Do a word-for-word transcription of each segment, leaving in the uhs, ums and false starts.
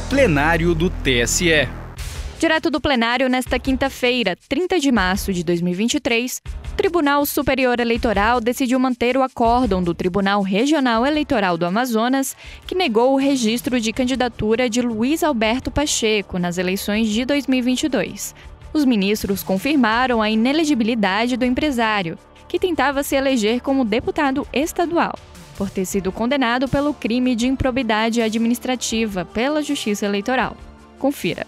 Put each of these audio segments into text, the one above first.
plenário do T S E. Direto do plenário, nesta quinta-feira, trinta de março de dois mil e vinte e três, o Tribunal Superior Eleitoral decidiu manter o acórdão do Tribunal Regional Eleitoral do Amazonas, que negou o registro de candidatura de Luiz Alberto Pacheco nas eleições de dois mil e vinte e dois. Os ministros confirmaram a inelegibilidade do empresário, que tentava se eleger como deputado estadual, por ter sido condenado pelo crime de improbidade administrativa pela Justiça Eleitoral. Confira.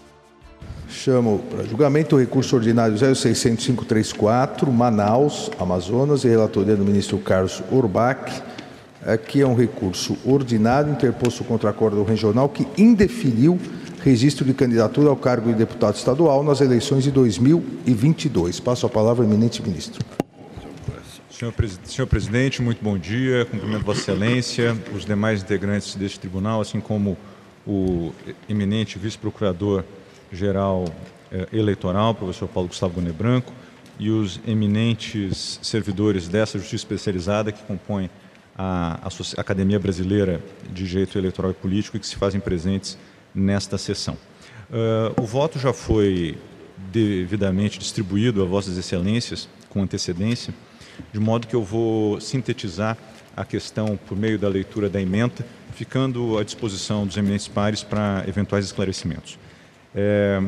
Chamo para julgamento o recurso ordinário zero seiscentos quinhentos e trinta e quatro, Manaus, Amazonas, e relatoria do ministro Carlos Orbach. Aqui é um recurso ordinário interposto contra o acórdão regional que indeferiu registro de candidatura ao cargo de deputado estadual nas eleições de dois mil e vinte e dois. Passo a palavra ao eminente ministro. Senhor, senhor presidente, muito bom dia. Cumprimento Vossa Excelência, os demais integrantes deste tribunal, assim como o eminente vice-procurador-geral eh, eleitoral, professor Paulo Gustavo Gonet Branco, e os eminentes servidores dessa justiça especializada que compõem a, a Academia Brasileira de Direito Eleitoral e Político e que se fazem presentes nesta sessão. Uh, o voto já foi devidamente distribuído a Vossas Excelências com antecedência, de modo que eu vou sintetizar a questão por meio da leitura da ementa, ficando à disposição dos eminentes pares para eventuais esclarecimentos. É,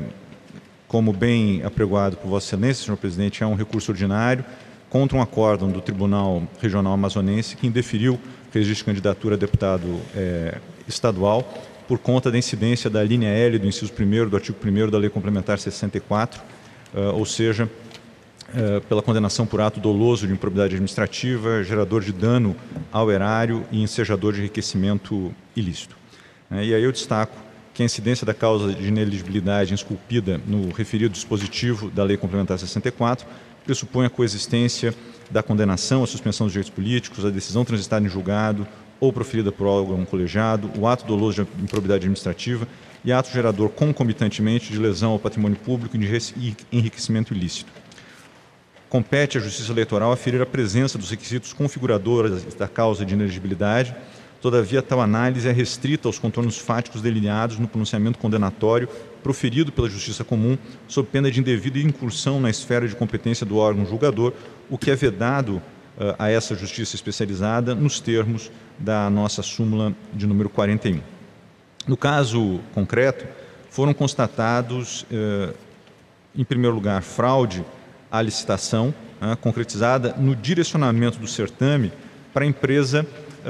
como bem apregoado por Vossa Excelência, senhor presidente, é um recurso ordinário contra um acórdão do Tribunal Regional Amazonense que indeferiu registro de candidatura a deputado é, estadual por conta da incidência da linha L do inciso primeiro do artigo primeiro da Lei Complementar sessenta e quatro, uh, ou seja, uh, pela condenação por ato doloso de improbidade administrativa, gerador de dano ao erário e ensejador de enriquecimento ilícito. Uh, e aí eu destaco que a incidência da causa de ineligibilidade esculpida no referido dispositivo da Lei Complementar sessenta e quatro pressupõe a coexistência da condenação, a suspensão dos direitos políticos, a decisão transitada em julgado ou proferida por órgão colegiado, o ato doloso de improbidade administrativa e ato gerador concomitantemente de lesão ao patrimônio público e de enriquecimento ilícito. Compete à Justiça Eleitoral aferir a presença dos requisitos configuradores da causa de inelegibilidade, todavia tal análise é restrita aos contornos fáticos delineados no pronunciamento condenatório proferido pela Justiça Comum, sob pena de indevida incursão na esfera de competência do órgão julgador, o que é vedado uh, a essa Justiça especializada nos termos da nossa súmula de número quarenta e um. No caso concreto, foram constatados, uh, em primeiro lugar, fraude à licitação, uh, concretizada no direcionamento do certame para a empresa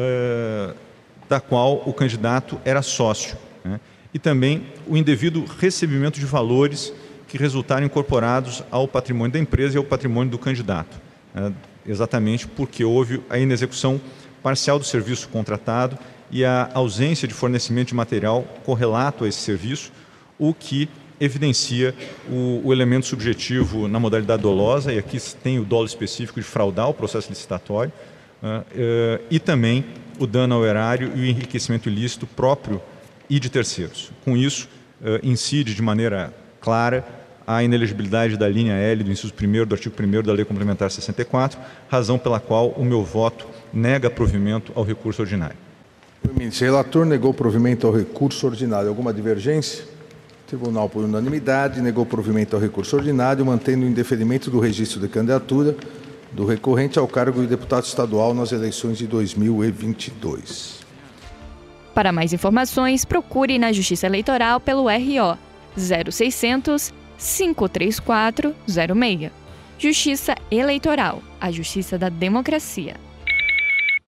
uh, da qual o candidato era sócio, né? E também o indevido recebimento de valores que resultaram incorporados ao patrimônio da empresa e ao patrimônio do candidato, né? Exatamente porque houve a inexecução parcial do serviço contratado e a ausência de fornecimento de material correlato a esse serviço, o que evidencia o, o elemento subjetivo na modalidade dolosa, e aqui tem o dolo específico de fraudar o processo licitatório, uh, uh, e também o dano ao erário e o enriquecimento ilícito próprio e de terceiros. Com isso, uh, incide de maneira clara a inelegibilidade da linha L do inciso primeiro do artigo primeiro da Lei Complementar sessenta e quatro, razão pela qual o meu voto nega provimento ao recurso ordinário. O ministro relator negou provimento ao recurso ordinário. Alguma divergência? O tribunal, por unanimidade, negou provimento ao recurso ordinário, mantendo o indeferimento do registro de candidatura do recorrente ao cargo de deputado estadual nas eleições de dois mil e vinte e dois. Para mais informações, procure na Justiça Eleitoral pelo R O zero seiscentos, cinco três quatro zero seis. Justiça Eleitoral, a justiça da democracia.